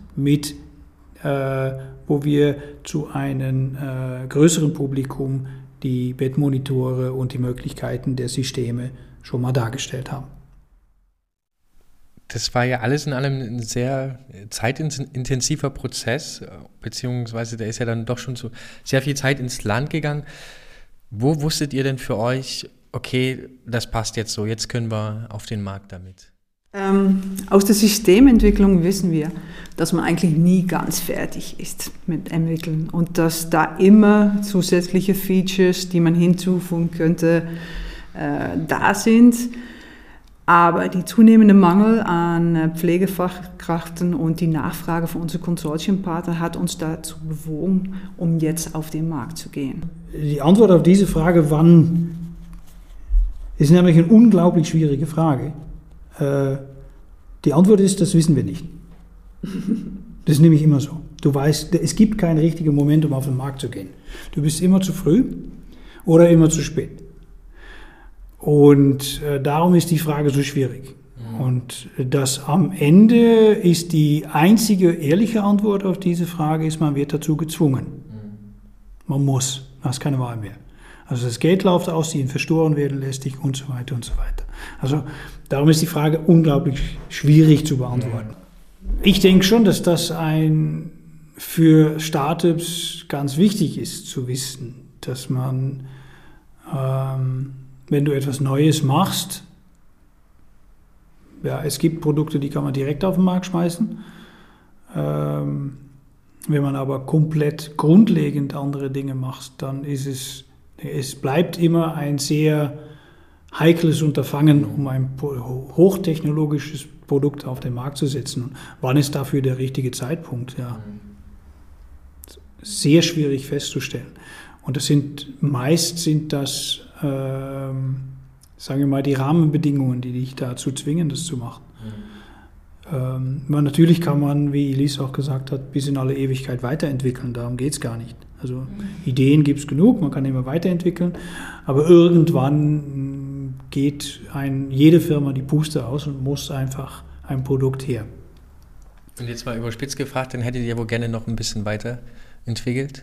wo wir zu einem größeren Publikum die Bettmonitore und die Möglichkeiten der Systeme schon mal dargestellt haben. Das war ja alles in allem ein sehr zeitintensiver Prozess, beziehungsweise da ist ja dann doch schon so sehr viel Zeit ins Land gegangen. Wo wusstet ihr denn für euch, okay, das passt jetzt so, jetzt können wir auf den Markt damit? Aus der Systementwicklung wissen wir, dass man eigentlich nie ganz fertig ist mit Entwickeln und dass da immer zusätzliche Features, die man hinzufügen könnte, da sind. Aber die zunehmende Mangel an Pflegefachkräften und die Nachfrage von unseren Konsortiumpartnern hat uns dazu bewogen, um jetzt auf den Markt zu gehen. Die Antwort auf diese Frage, wann, ist nämlich eine unglaublich schwierige Frage. Die Antwort ist, das wissen wir nicht. Das ist nämlich immer so. Du weißt, es gibt keinen richtigen Moment, um auf den Markt zu gehen. Du bist immer zu früh oder immer zu spät. Und darum ist die Frage so schwierig. Und das am Ende ist die einzige ehrliche Antwort auf diese Frage ist, man wird dazu gezwungen. Man muss, man hat keine Wahl mehr. Also das Geld läuft aus, die Investoren werden lästig und so weiter und so weiter. Also darum ist die Frage unglaublich schwierig zu beantworten. Ich denke schon, dass das für Startups ganz wichtig ist zu wissen, dass man, wenn du etwas Neues machst, ja, es gibt Produkte, die kann man direkt auf den Markt schmeißen. Wenn man aber komplett grundlegend andere Dinge macht, dann ist es bleibt immer ein sehr heikles Unterfangen, um ein hochtechnologisches Produkt auf den Markt zu setzen. Und wann ist dafür der richtige Zeitpunkt? Ja, sehr schwierig festzustellen. Und meist sind das, sagen wir mal, die Rahmenbedingungen, die dich dazu zwingen, das zu machen. Natürlich kann man, wie Elise auch gesagt hat, bis in alle Ewigkeit weiterentwickeln. Darum geht es gar nicht. Also Ideen gibt es genug, man kann immer weiterentwickeln, aber irgendwann geht jede Firma die Puste aus und muss einfach ein Produkt her. Und jetzt mal überspitzt gefragt, dann hättet ihr wohl gerne noch ein bisschen weiterentwickelt?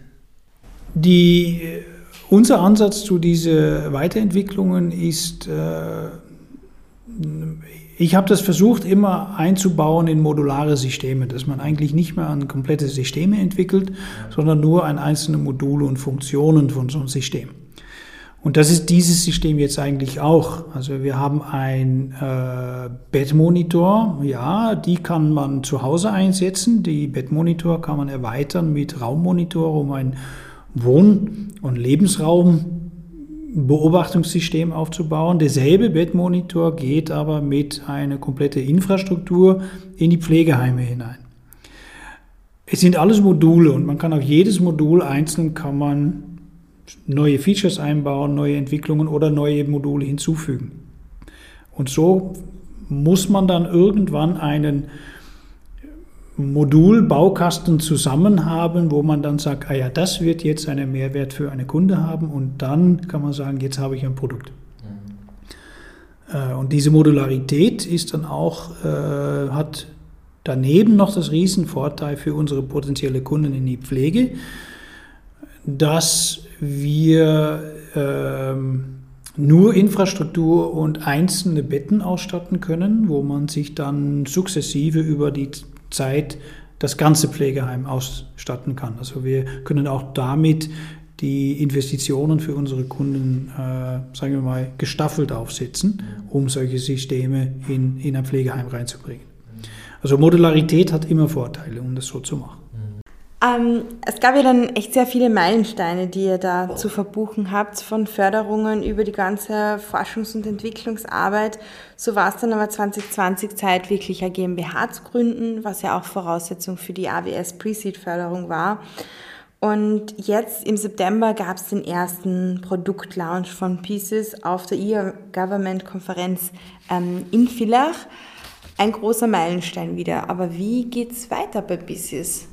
Unser Ansatz zu diesen Weiterentwicklungen ist, ich habe das versucht immer einzubauen in modulare Systeme, dass man eigentlich nicht mehr an komplette Systeme entwickelt, sondern nur an einzelne Module und Funktionen von so einem System. Und das ist dieses System jetzt eigentlich auch. Also wir haben ein Bettmonitor, ja, die kann man zu Hause einsetzen. Die Bettmonitor kann man erweitern mit Raummonitor, um ein Wohn- und Lebensraumbeobachtungssystem aufzubauen. Derselbe Bettmonitor geht aber mit einer kompletten Infrastruktur in die Pflegeheime hinein. Es sind alles Module und man kann auf jedes Modul einzeln kann man neue Features einbauen, neue Entwicklungen oder neue Module hinzufügen. Und so muss man dann irgendwann einen Modulbaukasten zusammen haben, wo man dann sagt, ah ja, das wird jetzt einen Mehrwert für eine Kunde haben und dann kann man sagen, jetzt habe ich ein Produkt. Und diese Modularität ist dann auch, hat daneben noch das Riesenvorteil für unsere potenzielle Kunden in die Pflege, dass wir nur Infrastruktur und einzelne Betten ausstatten können, wo man sich dann sukzessive über die Zeit das ganze Pflegeheim ausstatten kann. Also wir können auch damit die Investitionen für unsere Kunden, sagen wir mal, gestaffelt aufsetzen, um solche Systeme in ein Pflegeheim reinzubringen. Also Modularität hat immer Vorteile, um das so zu machen. Es gab ja dann echt sehr viele Meilensteine, die ihr da zu verbuchen habt, von Förderungen über die ganze Forschungs- und Entwicklungsarbeit. So war es dann aber 2020 Zeit, wirklich eine GmbH zu gründen, was ja auch Voraussetzung für die AWS Pre-Seed-Förderung war. Und jetzt im September gab es den ersten Produktlaunch von Pieces auf der E-Government-Konferenz in Villach. Ein großer Meilenstein wieder. Aber wie geht's weiter bei Pieces?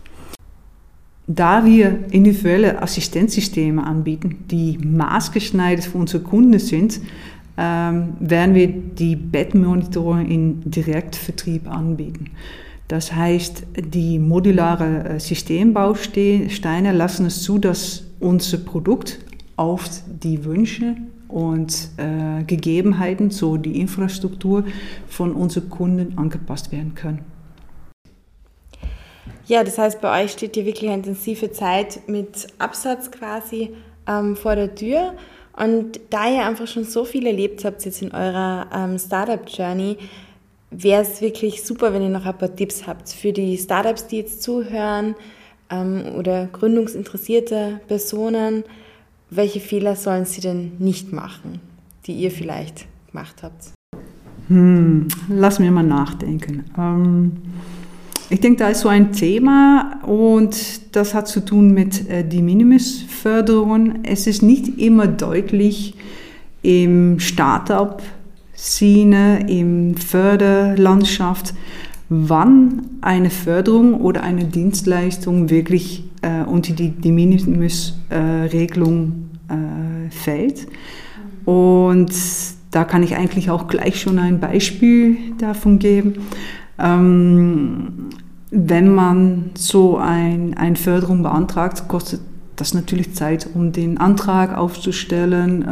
Da wir individuelle Assistenzsysteme anbieten, die maßgeschneidert für unsere Kunden sind, werden wir die Bettmonitoring in Direktvertrieb anbieten. Das heißt, die modulare Systembausteine lassen es zu, dass unser Produkt auf die Wünsche und Gegebenheiten, so die Infrastruktur von unseren Kunden angepasst werden können. Ja, das heißt, bei euch steht hier wirklich eine intensive Zeit mit Absatz quasi vor der Tür. Und da ihr einfach schon so viel erlebt habt jetzt in eurer Startup-Journey, wäre es wirklich super, wenn ihr noch ein paar Tipps habt für die Startups, die jetzt zuhören oder gründungsinteressierte Personen. Welche Fehler sollen sie denn nicht machen, die ihr vielleicht gemacht habt? Lass mir mal nachdenken. Ich denke, da ist so ein Thema und das hat zu tun mit De Minimis-Förderung. Es ist nicht immer deutlich im Startup-Szene, im Förderlandschaft, wann eine Förderung oder eine Dienstleistung wirklich unter die De Minimis-Regelung fällt. Und da kann ich eigentlich auch gleich schon ein Beispiel davon geben. Wenn man so eine Förderung beantragt, kostet das natürlich Zeit, um den Antrag aufzustellen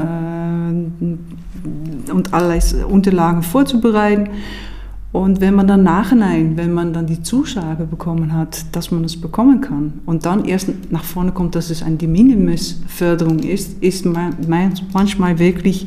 und alles Unterlagen vorzubereiten. Und wenn man dann nachhinein, wenn man dann die Zusage bekommen hat, dass man es bekommen kann und dann erst nach vorne kommt, dass es eine De Minimis-Förderung ist manchmal wirklich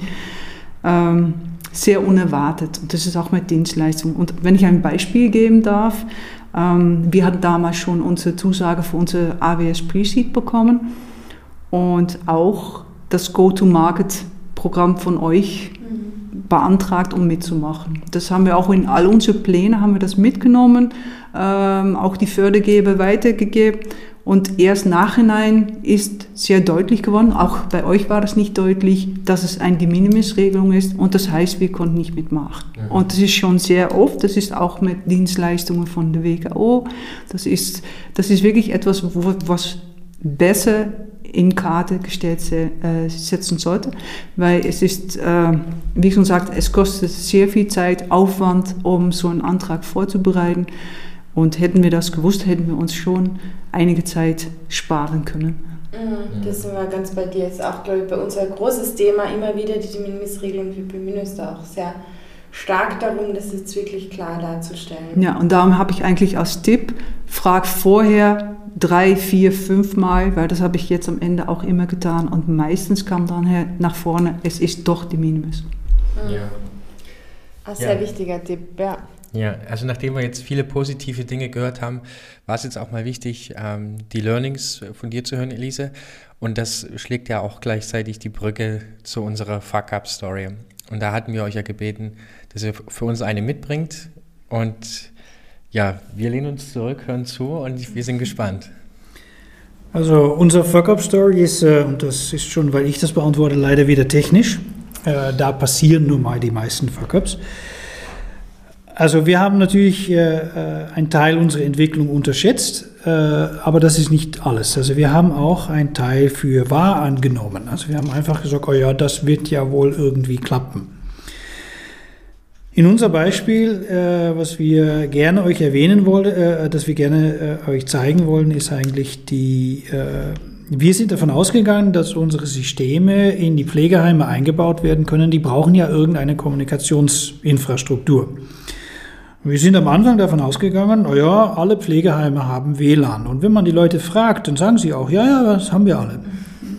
sehr unerwartet. Und das ist auch mit Dienstleistungen. Und wenn ich ein Beispiel geben darf, wir hatten damals schon unsere Zusage für unser AWS Pre-Seed bekommen und auch das Go-to-Market-Programm von euch beantragt, um mitzumachen. Das haben wir auch in all unsere Pläne haben wir das mitgenommen, auch die Fördergeber weitergegeben und erst nachhinein ist sehr deutlich geworden, auch bei euch war das nicht deutlich, dass es eine De Minimis-Regelung ist und das heißt, wir konnten nicht mitmachen. Ja. Und das ist schon sehr oft, das ist auch mit Dienstleistungen von der WKO, das ist wirklich etwas, was besser in Karte gestellt setzen sollte, weil es ist, wie schon gesagt, es kostet sehr viel Zeit, Aufwand, um so einen Antrag vorzubereiten und hätten wir das gewusst, hätten wir uns schon einige Zeit sparen können. Das sind wir ganz bei dir. Ist auch, glaube ich, bei uns ein großes Thema, immer wieder die De Minimis-Regelung. Wir bemühen uns da auch sehr stark darum, das jetzt wirklich klar darzustellen. Ja, und darum habe ich eigentlich als Tipp, frag vorher 3, 4, 5 Mal, weil das habe ich jetzt am Ende auch immer getan und meistens kam dann nach vorne, es ist doch De Minimis. Ja. Ein sehr wichtiger Tipp, ja. Ja, also nachdem wir jetzt viele positive Dinge gehört haben, war es jetzt auch mal wichtig, die Learnings von dir zu hören, Elise. Und das schlägt ja auch gleichzeitig die Brücke zu unserer Fuck-Up-Story. Und da hatten wir euch ja gebeten, dass ihr für uns eine mitbringt. Und ja, wir lehnen uns zurück, hören zu und wir sind gespannt. Also unser Fuck-Up-Story ist, und das ist schon, weil ich das beantworte, leider wieder technisch. Da passieren nun mal die meisten Fuck-Ups. Also wir haben natürlich einen Teil unserer Entwicklung unterschätzt, aber das ist nicht alles. Also wir haben auch einen Teil für wahr angenommen. Also wir haben einfach gesagt, oh ja, das wird ja wohl irgendwie klappen. In unser Beispiel, was wir gerne euch erwähnen wollen, das wir gerne euch zeigen wollen, ist eigentlich wir sind davon ausgegangen, dass unsere Systeme in die Pflegeheime eingebaut werden können. Die brauchen ja irgendeine Kommunikationsinfrastruktur. Wir sind am Anfang davon ausgegangen, naja, alle Pflegeheime haben WLAN. Und wenn man die Leute fragt, dann sagen sie auch, ja, das haben wir alle.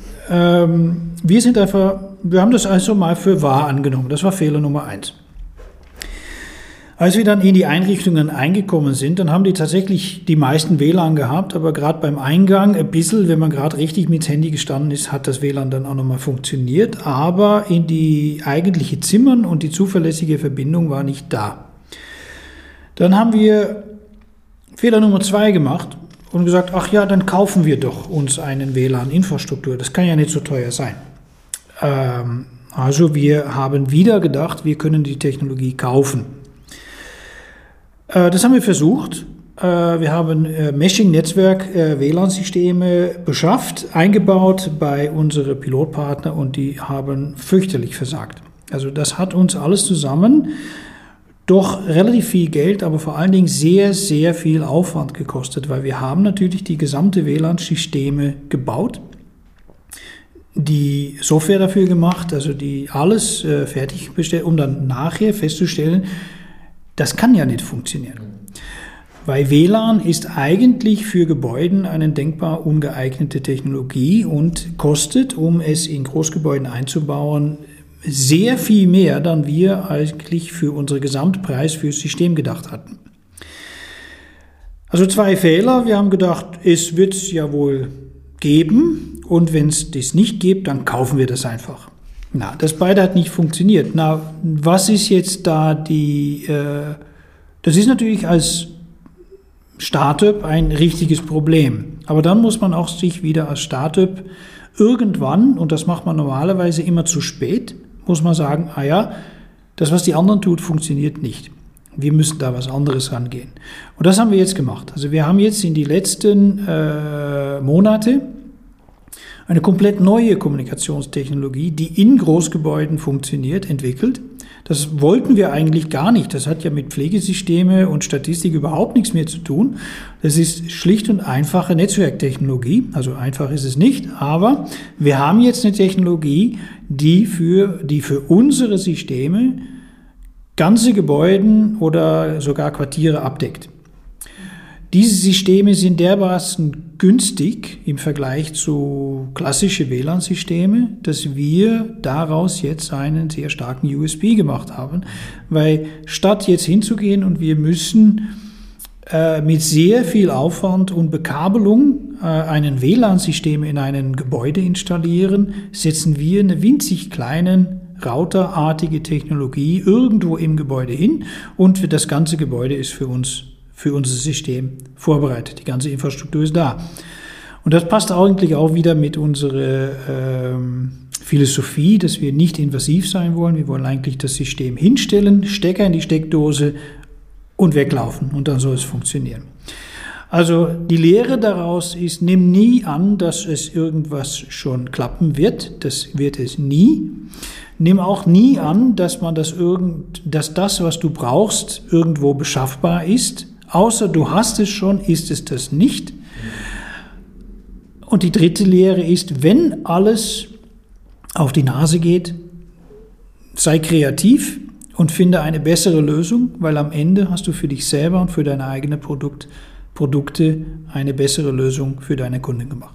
Wir haben das also mal für wahr angenommen. Das war Fehler Nummer 1. Als wir dann in die Einrichtungen eingekommen sind, dann haben die tatsächlich die meisten WLAN gehabt, aber gerade beim Eingang ein bisschen, wenn man gerade richtig mit Handy gestanden ist, hat das WLAN dann auch nochmal funktioniert, aber in die eigentliche Zimmern und die zuverlässige Verbindung war nicht da. Dann haben wir Fehler Nummer 2 gemacht und gesagt, ach ja, dann kaufen wir doch uns eine WLAN-Infrastruktur. Das kann ja nicht so teuer sein. Also wir haben wieder gedacht, wir können die Technologie kaufen. Das haben wir versucht. Wir haben Meshing-Netzwerk-WLAN-Systeme beschafft, eingebaut bei unseren Pilotpartnern und die haben fürchterlich versagt. Also das hat uns alles zusammen doch relativ viel Geld, aber vor allen Dingen sehr, sehr viel Aufwand gekostet, weil wir haben natürlich die gesamte WLAN-Systeme gebaut, die Software dafür gemacht, also die alles fertig bestellt, um dann nachher festzustellen, das kann ja nicht funktionieren. Weil WLAN ist eigentlich für Gebäuden eine denkbar ungeeignete Technologie und kostet, um es in Großgebäuden einzubauen, sehr viel mehr, dann wir eigentlich für unseren Gesamtpreis fürs System gedacht hatten. Also 2 Fehler. Wir haben gedacht, es wird es ja wohl geben und wenn es das nicht gibt, dann kaufen wir das einfach. Na, das beide hat nicht funktioniert. Na, was ist jetzt da das ist natürlich als Startup ein richtiges Problem. Aber dann muss man auch sich wieder als Startup irgendwann, und das macht man normalerweise immer zu spät, muss man sagen, das, was die anderen tun, funktioniert nicht. Wir müssen da was anderes rangehen. Und das haben wir jetzt gemacht. Also wir haben jetzt in die letzten Monate eine komplett neue Kommunikationstechnologie, die in Großgebäuden funktioniert, entwickelt. Das wollten wir eigentlich gar nicht. Das hat ja mit Pflegesysteme und Statistik überhaupt nichts mehr zu tun. Das ist schlicht und einfache Netzwerktechnologie. Also einfach ist es nicht, aber wir haben jetzt eine Technologie, die für unsere Systeme ganze Gebäude oder sogar Quartiere abdeckt. Diese Systeme sind dermaßen günstig im Vergleich zu klassischen WLAN-Systemen, dass wir daraus jetzt einen sehr starken USP gemacht haben. Weil statt jetzt hinzugehen und wir müssen mit sehr viel Aufwand und Bekabelung einen WLAN-System in einem Gebäude installieren, setzen wir eine winzig kleinen routerartige Technologie irgendwo im Gebäude hin und das ganze Gebäude ist für unser System vorbereitet. Die ganze Infrastruktur ist da. Und das passt eigentlich auch wieder mit unserer Philosophie, dass wir nicht invasiv sein wollen. Wir wollen eigentlich das System hinstellen, Stecker in die Steckdose und weglaufen. Und dann soll es funktionieren. Also die Lehre daraus ist, nimm nie an, dass es irgendwas schon klappen wird. Das wird es nie. Nimm auch nie an, dass das, was du brauchst, irgendwo beschaffbar ist. Außer du hast es schon, ist es das nicht. Und die dritte Lehre ist, wenn alles auf die Nase geht, sei kreativ und finde eine bessere Lösung, weil am Ende hast du für dich selber und für deine eigenen Produkte eine bessere Lösung für deine Kunden gemacht.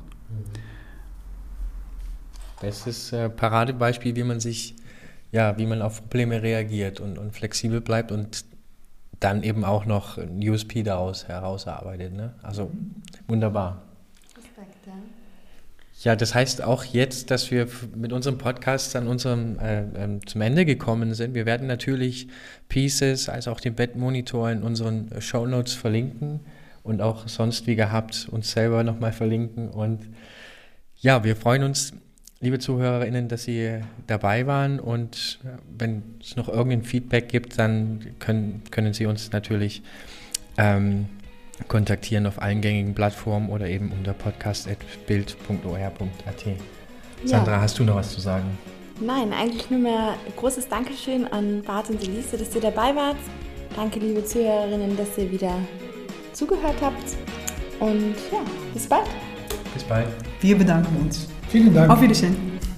Bestes Paradebeispiel, wie man auf Probleme reagiert und flexibel bleibt und dann eben auch noch ein USP daraus herausarbeitet. Ne? Also wunderbar. Respekt, ja. Ja, das heißt auch jetzt, dass wir mit unserem Podcast an zum Ende gekommen sind. Wir werden natürlich Pieces, also auch den Bettmonitor in unseren Shownotes verlinken und auch sonst wie gehabt uns selber nochmal verlinken. Und ja, wir freuen uns, liebe ZuhörerInnen, dass Sie dabei waren und wenn es noch irgendein Feedback gibt, dann können Sie uns natürlich kontaktieren auf allen gängigen Plattformen oder eben unter podcast@bild.or.at. Sandra, hast du noch was zu sagen? Nein, eigentlich nur mehr großes Dankeschön an Bart und Elise, dass ihr dabei wart. Danke, liebe Zuhörerinnen, dass ihr wieder zugehört habt und ja, bis bald. Bis bald. Wir bedanken uns. Vielen Dank. Auf Wiedersehen.